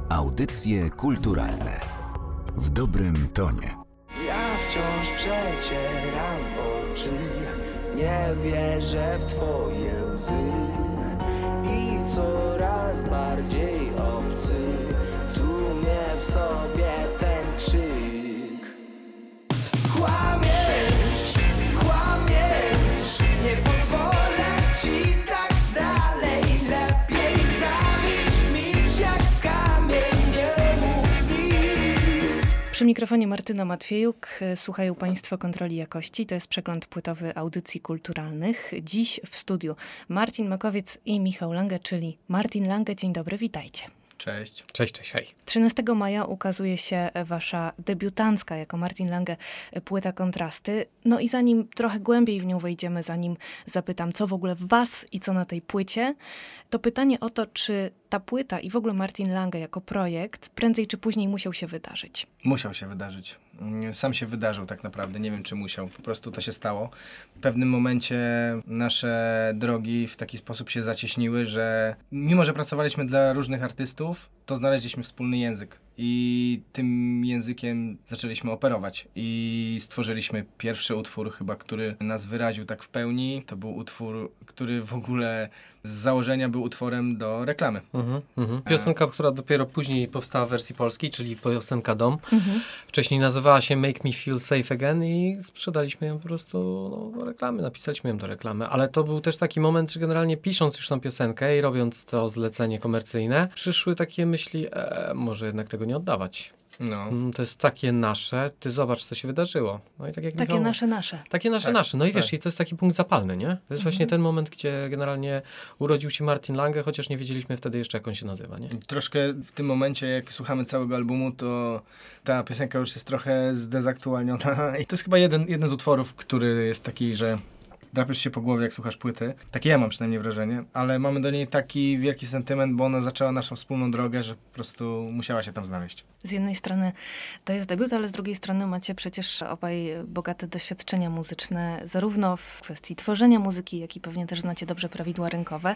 Audycje kulturalne w dobrym tonie. Ja wciąż przecieram oczy, nie wierzę w twoje łzy i coraz bardziej obcy tłumie w sobie ten krzyk. Kłamiesz, kłamiesz, nie pozwolę ci tak dalej, lepiej zamilcz jak kamień, nie mów nic. Przy mikrofonie Martyna Matwiejuk. Słuchają Państwo Kontroli Jakości. To jest przegląd płytowy audycji kulturalnych. Dziś w studiu Marcin Makowiec i Michał Lange, czyli Martin Lange. Dzień dobry, witajcie. Cześć. Cześć, hej. 13 maja ukazuje się wasza debiutancka jako Martin Lange płyta Kontrasty. No i zanim trochę głębiej w nią wejdziemy, zanim zapytam, co w ogóle w was i co na tej płycie, to pytanie o to, czy ta płyta i w ogóle Martin Lange jako projekt prędzej czy później musiał się wydarzyć. Musiał się wydarzyć. Sam się wydarzył tak naprawdę. Nie wiem, czy musiał. Po prostu to się stało. W pewnym momencie nasze drogi w taki sposób się zacieśniły, że mimo, że pracowaliśmy dla różnych artystów, to znaleźliśmy wspólny język. I tym językiem zaczęliśmy operować. I stworzyliśmy pierwszy utwór chyba, który nas wyraził tak w pełni. To był utwór, który w ogóle z założenia był utworem do reklamy. Piosenka, która dopiero później powstała w wersji polskiej, czyli piosenka Dom. Wcześniej nazywała się Make Me Feel Safe Again i sprzedaliśmy ją po prostu do reklamy, napisaliśmy ją do reklamy. Ale to był też taki moment, że generalnie pisząc już tą piosenkę i robiąc to zlecenie komercyjne, przyszły takie myśli, może jednak tego nie oddawać. No. To jest takie nasze, ty zobacz, co się wydarzyło. No i tak jak Takie Michał, nasze. Takie nasze, Tak, nasze. No i wiesz, tak. i to jest taki punkt zapalny, nie? To jest właśnie ten moment, gdzie generalnie urodził się Martin Lange, chociaż nie wiedzieliśmy wtedy jeszcze, jak on się nazywa, nie? Troszkę w tym momencie, jak słuchamy całego albumu, to ta piosenka już jest trochę zdezaktualniona. I to jest chyba jeden z utworów, który jest taki, że drapiesz się po głowie, jak słuchasz płyty. Takie ja mam przynajmniej wrażenie, ale mamy do niej taki wielki sentyment, bo ona zaczęła naszą wspólną drogę, że po prostu musiała się tam znaleźć. Z jednej strony to jest debiut, ale z drugiej strony macie przecież obaj bogate doświadczenia muzyczne, zarówno w kwestii tworzenia muzyki, jak i pewnie też znacie dobrze prawidła rynkowe.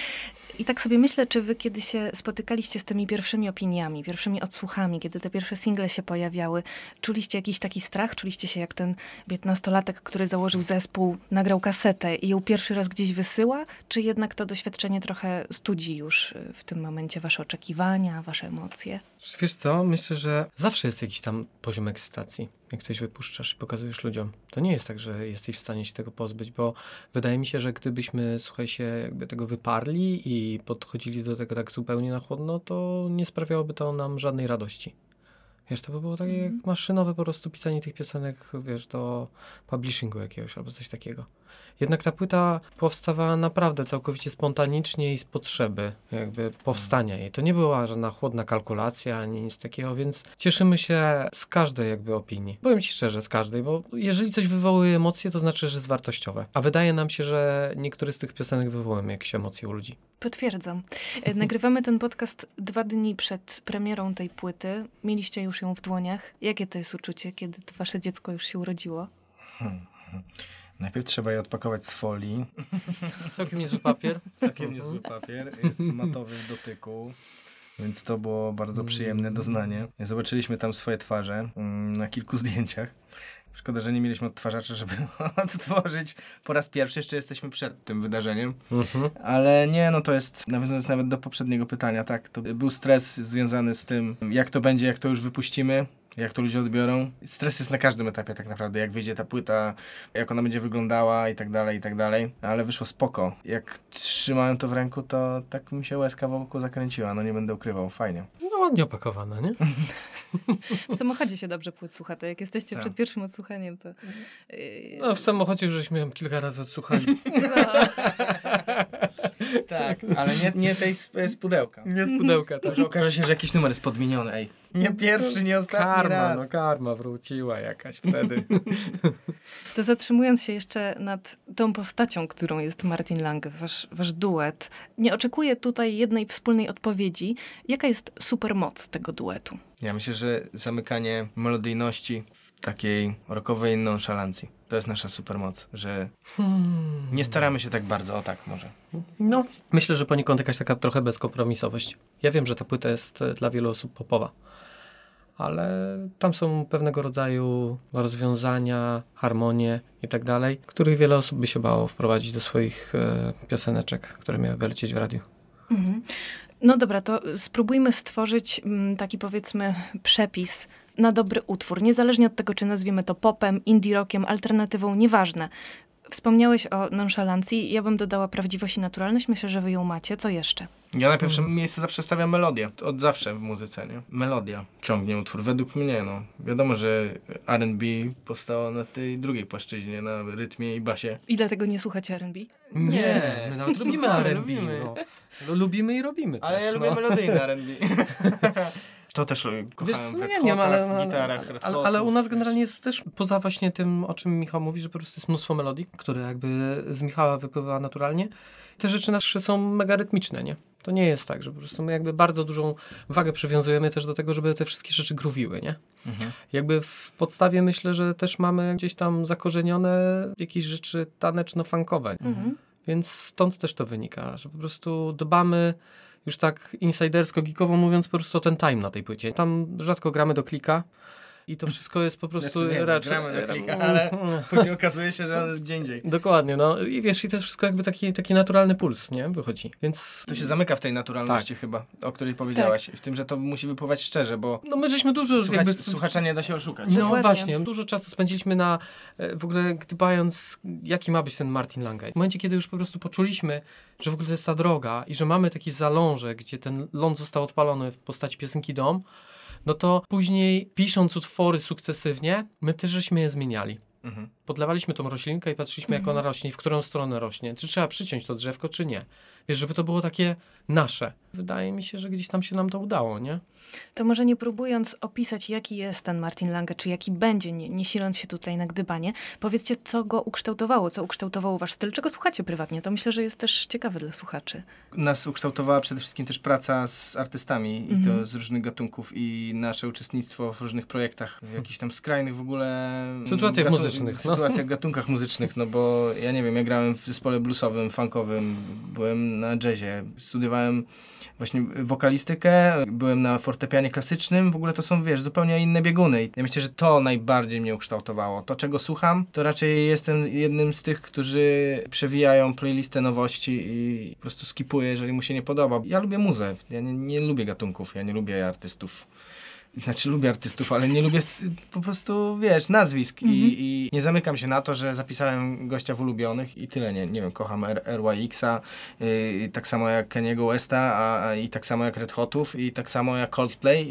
I tak sobie myślę, czy wy kiedy się spotykaliście z tymi pierwszymi opiniami, pierwszymi odsłuchami, kiedy te pierwsze single się pojawiały, czuliście jakiś taki strach? Czuliście się jak ten 15-latek, który założył zespół, nagrał kasetę i ją pierwszy raz gdzieś wysyła? Czy jednak to doświadczenie trochę studzi już w tym momencie wasze oczekiwania, wasze emocje? Wiesz co, myślę, że zawsze jest jakiś tam poziom ekscytacji, jak coś wypuszczasz i pokazujesz ludziom. To nie jest tak, że jesteś w stanie się tego pozbyć, bo wydaje mi się, że gdybyśmy, słuchaj, się jakby tego wyparli i podchodzili do tego tak zupełnie na chłodno, to nie sprawiałoby to nam żadnej radości. Wiesz, to by było takie jak maszynowe po prostu pisanie tych piosenek, wiesz, do publishingu jakiegoś albo coś takiego. Jednak ta płyta powstawała naprawdę całkowicie spontanicznie i z potrzeby jakby powstania jej. To nie była żadna chłodna kalkulacja, ani nic takiego, więc cieszymy się z każdej jakby opinii. Powiem ci szczerze, z każdej, bo jeżeli coś wywołuje emocje, to znaczy, że jest wartościowe. A wydaje nam się, że niektóre z tych piosenek wywołują jakieś emocje u ludzi. Potwierdzam. Nagrywamy ten podcast 2 dni przed premierą tej płyty. Mieliście już ją w dłoniach. Jakie to jest uczucie, kiedy to wasze dziecko już się urodziło? Najpierw trzeba je odpakować z folii. Całkiem niezły papier. Całkiem niezły papier. Jest matowy w dotyku. Więc to było bardzo przyjemne doznanie. Zobaczyliśmy tam swoje twarze na kilku zdjęciach. Szkoda, że nie mieliśmy odtwarzaczy, żeby odtworzyć po raz pierwszy. Jeszcze jesteśmy przed tym wydarzeniem. Ale nie, no to jest, nawiązując nawet do poprzedniego pytania, tak, to był stres związany z tym, jak to będzie, jak to już wypuścimy, jak to ludzie odbiorą. Stres jest na każdym etapie tak naprawdę, jak wyjdzie ta płyta, jak ona będzie wyglądała i tak dalej, ale wyszło spoko. Jak trzymałem to w ręku, to tak mi się łezka wokół zakręciła, no nie będę ukrywał, fajnie. No ładnie opakowana, nie? W samochodzie się dobrze płyt słucha, to jak jesteście Tak. przed pierwszym odsłuchaniem, to... No w samochodzie już żeśmy ją kilka razy odsłuchali. Tak, ale nie tej z pudełka. Nie z pudełka, tak. Może okaże się, że jakiś numer jest podmieniony, ej. Nie pierwszy, nie ostatni raz. Karma wróciła jakaś wtedy. To zatrzymując się jeszcze nad tą postacią, którą jest Martin Lange, wasz duet, nie oczekuję tutaj jednej wspólnej odpowiedzi. Jaka jest supermoc tego duetu? Ja myślę, że zamykanie melodyjności w takiej rockowej nonszalancji. To jest nasza supermoc, że nie staramy się tak bardzo, o tak może. No, myślę, że poniekąd jakaś taka trochę bezkompromisowość. Ja wiem, że ta płyta jest dla wielu osób popowa, ale tam są pewnego rodzaju rozwiązania, harmonie i tak dalej, których wiele osób by się bało wprowadzić do swoich pioseneczek, które miały wylecieć w radiu. Mhm. No dobra, to spróbujmy stworzyć taki, powiedzmy, przepis na dobry utwór. Niezależnie od tego, czy nazwiemy to popem, indie rockiem, alternatywą, nieważne. Wspomniałeś o nonszalancji. Ja bym dodała prawdziwość i naturalność. Myślę, że wy ją macie. Co jeszcze? Ja na pierwszym miejscu zawsze stawiam melodię. Od zawsze w muzyce, nie? Melodia ciągnie utwór. Według mnie, no. Wiadomo, że R&B powstało na tej drugiej płaszczyźnie, na rytmie i basie. I dlatego nie słuchacie R&B? Nie, my nawet lubimy R&B. lubimy. No, lubimy i robimy Ale też, ja lubię melodyjne R&B. To też kochałem w Red Hotach, gitarach, Red Hotów, ale u nas wiesz. generalnie jest też, poza właśnie tym, o czym Michał mówi, że po prostu jest mnóstwo melodii, które jakby z Michała wypływa naturalnie. Te rzeczy nasze są mega rytmiczne, nie? To nie jest tak, że po prostu my jakby bardzo dużą wagę przywiązujemy też do tego, żeby te wszystkie rzeczy groowiły, nie? Jakby w podstawie myślę, że też mamy gdzieś tam zakorzenione jakieś rzeczy taneczno-funkowe. Więc stąd też to wynika, że po prostu dbamy już tak insidersko, geekowo mówiąc, po prostu o ten time na tej płycie. Tam rzadko gramy do klika i to wszystko jest po prostu raczej... gramy do klika, ale później okazuje się, że on jest gdzie indziej. Dokładnie, no i wiesz, i to jest wszystko jakby taki naturalny puls, nie? Wychodzi, więc... To się zamyka w tej naturalności chyba, o której powiedziałaś. W tym, że to musi wypływać szczerze, bo No my żeśmy dużo jakby... słuchacza nie da się oszukać. No Dokładnie. właśnie, dużo czasu spędziliśmy na w ogóle dbając, jaki ma być ten Martin Lange. W momencie, kiedy już po prostu poczuliśmy, że w ogóle to jest ta droga i że mamy taki zalążek, gdzie ten ląd został odpalony w postaci piosenki Dom, no to później pisząc utwory sukcesywnie, my też żeśmy je zmieniali. Podlewaliśmy tą roślinkę i patrzyliśmy, jak ona rośnie, w którą stronę rośnie. Czy trzeba przyciąć to drzewko, czy nie. Wiesz, żeby to było takie nasze. Wydaje mi się, że gdzieś tam się nam to udało, nie? To może nie próbując opisać, jaki jest ten Martin Lange, czy jaki będzie, nie siląc się tutaj na gdybanie, powiedzcie, co go ukształtowało, co ukształtowało wasz styl, czego słuchacie prywatnie. To myślę, że jest też ciekawe dla słuchaczy. Nas ukształtowała przede wszystkim też praca z artystami i to z różnych gatunków i nasze uczestnictwo w różnych projektach, w jakichś tam skrajnych w ogóle... Sytuacjach muzycznych. Sytuacjach, gatunkach muzycznych, no bo ja nie wiem, ja grałem w zespole bluesowym, funkowym, byłem na jazzie, studiowałem właśnie wokalistykę, byłem na fortepianie klasycznym, w ogóle to są, wiesz, zupełnie inne bieguny. I ja myślę, że to najbardziej mnie ukształtowało. To, czego słucham, to raczej jestem jednym z tych, którzy przewijają playlistę nowości i po prostu skipuję, jeżeli mu się nie podoba. Ja lubię muzę, ja nie lubię gatunków, ja nie lubię artystów. Znaczy lubię artystów, ale nie lubię po prostu, wiesz, nazwisk i nie zamykam się na to, że zapisałem gościa w ulubionych i tyle, nie wiem, kocham RYX-a, tak samo jak Kaniego Westa, i tak samo jak Red Hotów, i tak samo jak Coldplay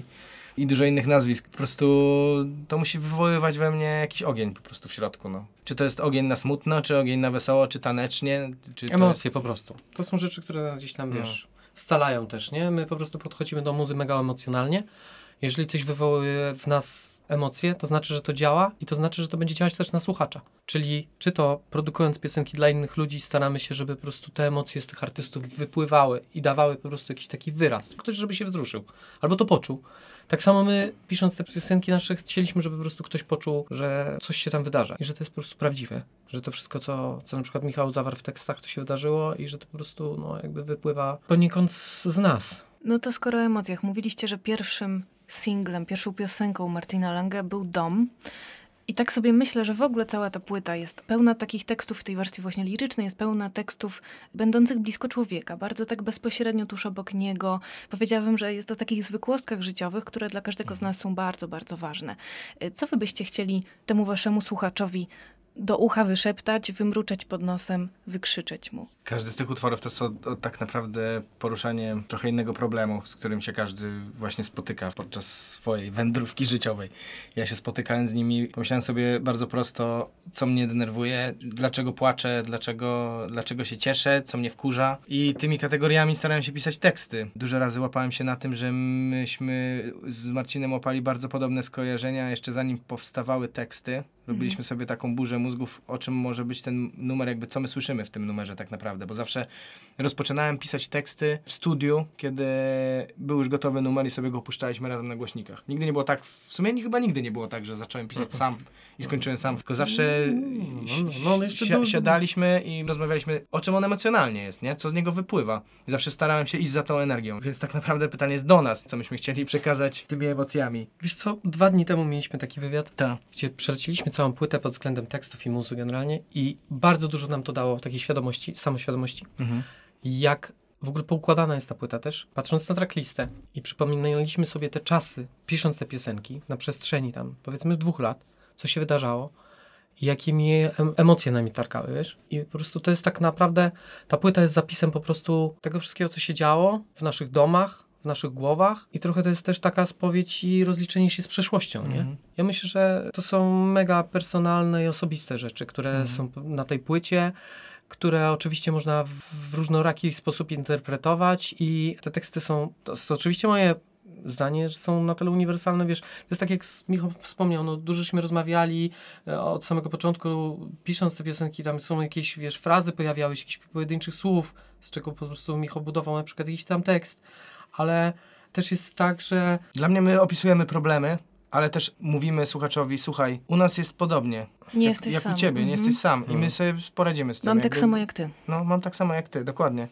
i dużo innych nazwisk. Po prostu to musi wywoływać we mnie jakiś ogień po prostu w środku, no. Czy to jest ogień na smutno, czy ogień na wesoło, czy tanecznie, czy Emocje po prostu. To są rzeczy, które nas gdzieś tam, wiesz, scalają też, nie? My po prostu podchodzimy do muzy mega emocjonalnie. Jeżeli coś wywołuje w nas emocje, to znaczy, że to działa i to znaczy, że to będzie działać też na słuchacza. Czyli czy to produkując piosenki dla innych ludzi staramy się, żeby po prostu te emocje z tych artystów wypływały i dawały po prostu jakiś taki wyraz. Ktoś, żeby się wzruszył. Albo to poczuł. Tak samo my, pisząc te piosenki nasze, chcieliśmy, żeby po prostu ktoś poczuł, że coś się tam wydarza i że to jest po prostu prawdziwe. Że to wszystko, co na przykład Michał zawarł w tekstach, to się wydarzyło i że to po prostu no, jakby wypływa poniekąd z nas. No to skoro o emocjach. Mówiliście, że pierwszym singlem, pierwszą piosenką Martina Lange był Dom. I tak sobie myślę, że w ogóle cała ta płyta jest pełna takich tekstów w tej wersji właśnie lirycznej, jest pełna tekstów będących blisko człowieka, bardzo tak bezpośrednio tuż obok niego. Powiedziałabym, że jest o takich zwykłostkach życiowych, które dla każdego z nas są bardzo, bardzo ważne. Co wy byście chcieli temu waszemu słuchaczowi do ucha wyszeptać, wymruczeć pod nosem, wykrzyczeć mu? Każdy z tych utworów to są tak naprawdę poruszanie trochę innego problemu, z którym się każdy właśnie spotyka podczas swojej wędrówki życiowej. Ja się spotykając z nimi, pomyślałem sobie bardzo prosto, co mnie denerwuje, dlaczego płaczę, dlaczego się cieszę, co mnie wkurza. I tymi kategoriami starałem się pisać teksty. Dużo razy łapałem się na tym, że myśmy z Marcinem łapali bardzo podobne skojarzenia, jeszcze zanim powstawały teksty. Robiliśmy sobie taką burzę mózgów, o czym może być ten numer, jakby co my słyszymy w tym numerze tak naprawdę, bo zawsze rozpoczynałem pisać teksty w studiu, kiedy był już gotowy numer i sobie go puszczaliśmy razem na głośnikach. Nigdy nie było tak, w sumie chyba nigdy nie było tak, że zacząłem pisać sam i skończyłem sam, tylko zawsze siadaliśmy i rozmawialiśmy, o czym on emocjonalnie jest, nie? Co z niego wypływa. I zawsze starałem się iść za tą energią, więc tak naprawdę pytanie jest do nas, co myśmy chcieli przekazać tymi emocjami. Wiesz co, 2 dni temu mieliśmy taki wywiad, Tak. gdzie przeleciliśmy całą płytę pod względem tekstów i muzyki generalnie i bardzo dużo nam to dało takiej świadomości, samoświadomości. Jak w ogóle poukładana jest ta płyta też, patrząc na tracklistę i przypominaliśmy sobie te czasy, pisząc te piosenki na przestrzeni tam, powiedzmy 2 lat, co się wydarzało i jakimi emocje nami targały, wiesz? I po prostu to jest tak naprawdę, ta płyta jest zapisem po prostu tego wszystkiego, co się działo w naszych domach, w naszych głowach i trochę to jest też taka spowiedź i rozliczenie się z przeszłością, nie? Ja myślę, że to są mega personalne i osobiste rzeczy, które są na tej płycie, które oczywiście można w różnoraki sposób interpretować i te teksty są, to jest oczywiście moje zdanie, że są na tyle uniwersalne, wiesz, to jest tak jak Michał wspomniał, no dużośmy rozmawiali od samego początku, pisząc te piosenki, tam są jakieś, wiesz, frazy pojawiały się, jakichś pojedynczych słów, z czego po prostu Michał budował na przykład jakiś tam tekst, ale też jest tak, że... Dla mnie my opisujemy problemy, ale też mówimy słuchaczowi, słuchaj, u nas jest podobnie. Nie jesteś jak sam. u ciebie, nie jesteś sam i my sobie poradzimy z tym. Mam tak samo jak ty. No, mam tak samo jak ty, dokładnie.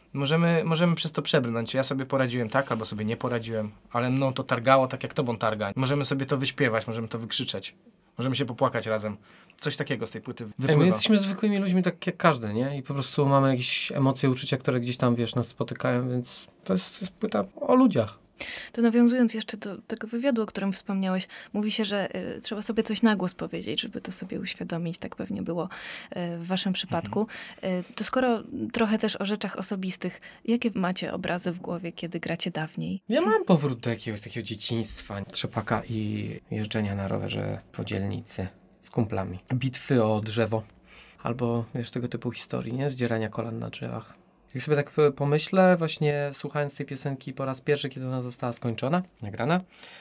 Możemy przez to przebrnąć. Ja sobie poradziłem tak, albo sobie nie poradziłem, ale mną to targało tak, jak tobą targa. Możemy sobie to wyśpiewać, możemy to wykrzyczeć. Możemy się popłakać razem. Coś takiego z tej płyty wypływa. My jesteśmy zwykłymi ludźmi, tak jak każdy, nie? I po prostu mamy jakieś emocje, uczucia, które gdzieś tam, wiesz, nas spotykają, więc to jest płyta o ludziach. To nawiązując jeszcze do tego wywiadu, o którym wspomniałeś, mówi się, że trzeba sobie coś na głos powiedzieć, żeby to sobie uświadomić. Tak pewnie było w waszym przypadku. To skoro trochę też o rzeczach osobistych, jakie macie obrazy w głowie, kiedy gracie dawniej? Ja mam powrót do jakiegoś takiego dzieciństwa, trzepaka i jeżdżenia na rowerze po dzielnicy z kumplami. Bitwy o drzewo albo, wiesz, tego typu historii, nie? Zdzierania kolan na drzewach. Jak sobie tak pomyślę, właśnie słuchając tej piosenki po raz pierwszy, kiedy ona została skończona, nagrana,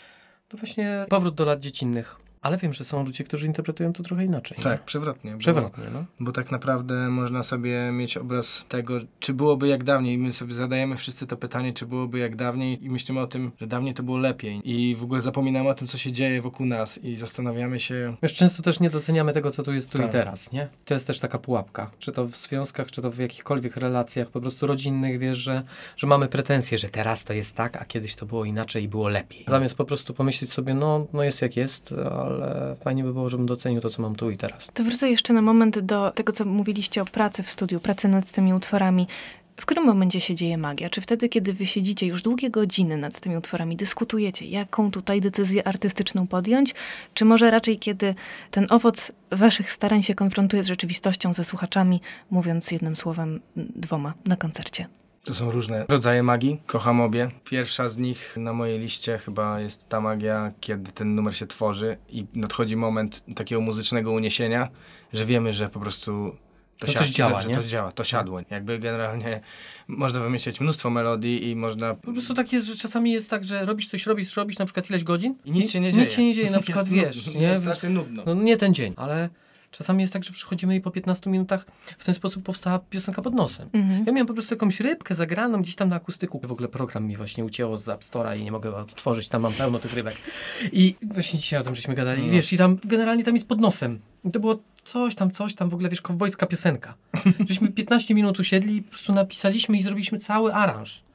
to właśnie powrót do lat dziecinnych. Ale wiem, że są ludzie, którzy interpretują to trochę inaczej. Tak, nie? przewrotnie. Przewrotnie, no. Bo tak naprawdę można sobie mieć obraz tego, czy byłoby jak dawniej. My sobie zadajemy wszyscy to pytanie, czy byłoby jak dawniej i myślimy o tym, że dawniej to było lepiej. I w ogóle zapominamy o tym, co się dzieje wokół nas i zastanawiamy się... Wiesz, często też nie doceniamy tego, co tu jest tu Tak. i teraz, nie? To jest też taka pułapka. Czy to w związkach, czy to w jakichkolwiek relacjach po prostu rodzinnych, wiesz, że mamy pretensje, że teraz to jest tak, a kiedyś to było inaczej i było lepiej. Zamiast po prostu pomyśleć sobie, no jest jak jest, ale fajnie by było, żebym docenił to, co mam tu i teraz. To wrócę jeszcze na moment do tego, co mówiliście o pracy w studiu, pracy nad tymi utworami. W którym momencie się dzieje magia? Czy wtedy, kiedy wy siedzicie już długie godziny nad tymi utworami, dyskutujecie, jaką tutaj decyzję artystyczną podjąć? Czy może raczej, kiedy ten owoc waszych starań się konfrontuje z rzeczywistością, ze słuchaczami, mówiąc jednym słowem, 2 na koncercie? To są różne rodzaje magii. Kocham obie. Pierwsza z nich na mojej liście chyba jest ta magia, kiedy ten numer się tworzy i nadchodzi moment takiego muzycznego uniesienia, że wiemy, że po prostu coś działa, nie? To działa, to siadło. Jakby generalnie można wymyśleć mnóstwo melodii i można... Po prostu tak jest, że czasami jest tak, że robisz na przykład ileś godzin I nic się nie dzieje. Nic się nie dzieje, na przykład wiesz, nudno, nie? jest strasznie nudno. No nie ten dzień, ale czasami jest tak, że przychodzimy i po 15 minutach w ten sposób powstała piosenka pod nosem. Ja miałem po prostu jakąś rybkę zagraną gdzieś tam na akustyku. W ogóle program mi właśnie ucięło z App Store'a i nie mogę odtworzyć, tam mam pełno tych rybek. I właśnie dzisiaj o tym żeśmy gadali. I wiesz, i tam generalnie tam jest pod nosem. I to było coś tam, w ogóle wiesz, kowbojska piosenka. Żeśmy 15 minut usiedli, po prostu napisaliśmy i zrobiliśmy cały aranż.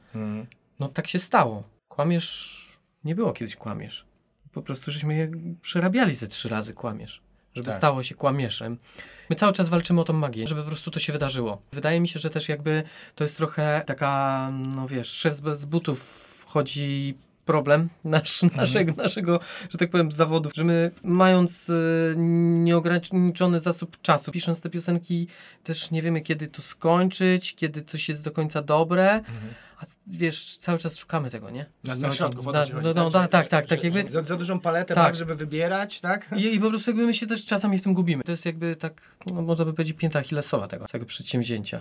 No tak się stało. Kłamierz, nie było kiedyś kłamierz. Po prostu żeśmy je przerabiali ze 3 razy kłamierz. Żeby stało się kłamieszem. My cały czas walczymy o tą magię, żeby po prostu to się wydarzyło. Wydaje mi się, że też jakby to jest trochę taka, no wiesz, szef bez butów wchodzi problem naszego, że tak powiem, zawodu, że my mając nieograniczony zasób czasu, pisząc te piosenki, też nie wiemy, kiedy to skończyć, kiedy coś jest do końca dobre, a wiesz, cały czas szukamy tego, nie? Na środku woda ci chodzi, tak, jakby... Za dużą paletę, tak, żeby wybierać, tak? I po prostu jakby my się też czasami w tym gubimy. To jest jakby tak, no można by powiedzieć, pięta achillesowa tego przedsięwzięcia.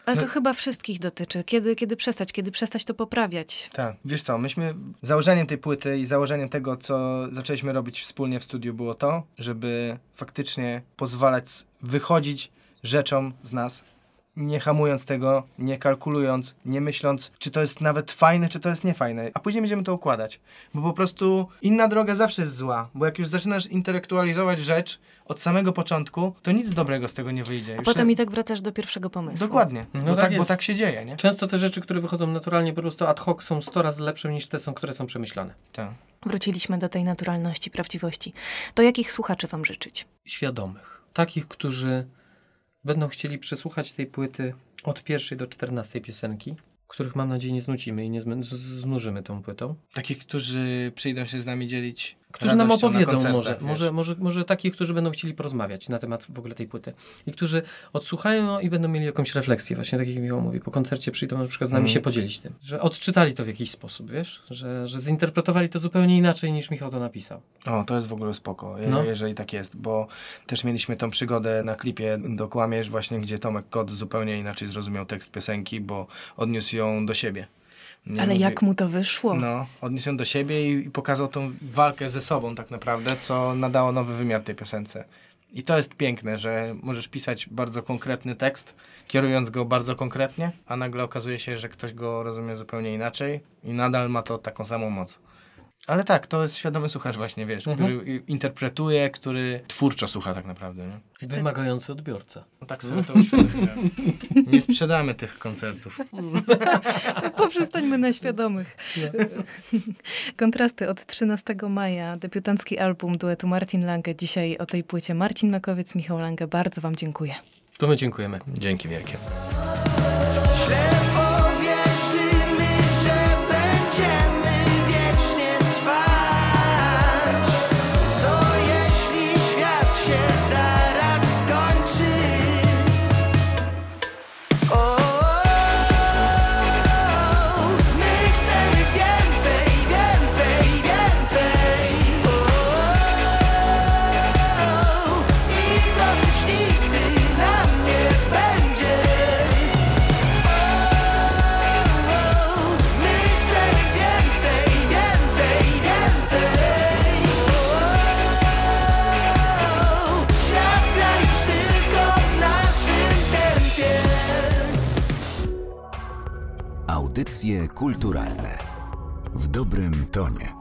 Ale to chyba wszystkich dotyczy. Kiedy przestać to poprawiać. Tak. Wiesz co, myśmy założeniem tej płyty i założeniem tego, co zaczęliśmy robić wspólnie w studiu, było to, żeby faktycznie pozwalać wychodzić rzeczom z nas, nie hamując tego, nie kalkulując, nie myśląc, czy to jest nawet fajne, czy to jest niefajne. A później będziemy to układać. Bo po prostu inna droga zawsze jest zła. Bo jak już zaczynasz intelektualizować rzecz od samego początku, to nic dobrego z tego nie wyjdzie. A potem i tak wracasz do pierwszego pomysłu. Dokładnie. No Bo tak się dzieje, nie? Często te rzeczy, które wychodzą naturalnie po prostu ad hoc, są 100 razy lepsze niż te, które są przemyślane. Tak. Wróciliśmy do tej naturalności, prawdziwości. To jakich słuchaczy wam życzyć? Świadomych. Takich, którzy będą chcieli przesłuchać tej płyty od 1. do 14 piosenki, których mam nadzieję nie znudzimy i nie znużymy tą płytą. Takich, którzy przyjdą się z nami dzielić Którzy nam radością na opowiedzą koncertach, może takich, którzy będą chcieli porozmawiać na temat w ogóle tej płyty. I którzy odsłuchają i będą mieli jakąś refleksję. Właśnie tak jak Michał mówi, po koncercie przyjdą na przykład z nami się podzielić tym. Że odczytali to w jakiś sposób, wiesz? Że zinterpretowali to zupełnie inaczej niż Michał to napisał. O, to jest w ogóle spoko, No. jeżeli tak jest, bo też mieliśmy tą przygodę na klipie do Kłamiesz właśnie, gdzie Tomek Kot zupełnie inaczej zrozumiał tekst piosenki, bo odniósł ją do siebie. Ale jak mu to wyszło? No, odniósł ją do siebie i pokazał tą walkę ze sobą tak naprawdę, co nadało nowy wymiar tej piosence. I to jest piękne, że możesz pisać bardzo konkretny tekst, kierując go bardzo konkretnie, a nagle okazuje się, że ktoś go rozumie zupełnie inaczej i nadal ma to taką samą moc. Ale tak, to jest świadomy słuchacz właśnie, wiesz, który interpretuje, który twórczo słucha tak naprawdę, nie? Wymagający odbiorca. No tak sobie to uświadomiłem. Nie sprzedamy tych koncertów. Poprzestańmy na świadomych. Kontrasty od 13 maja, debiutancki album duetu Martin Lange. Dzisiaj o tej płycie Marcin Makowiec, Michał Lange. Bardzo wam dziękuję. To my dziękujemy. Dzięki wielkie. Ślepo wierzymy, że będziemy wiecznie trwać. Co jeśli świat się zaraz skończy? O, my chcemy więcej, więcej, więcej. O, i dosyć nigdy nam nie będzie. My chcemy więcej, więcej, więcej. Świat gra już tylko w naszym tempie. Audycje kulturalne w dobrym tonie.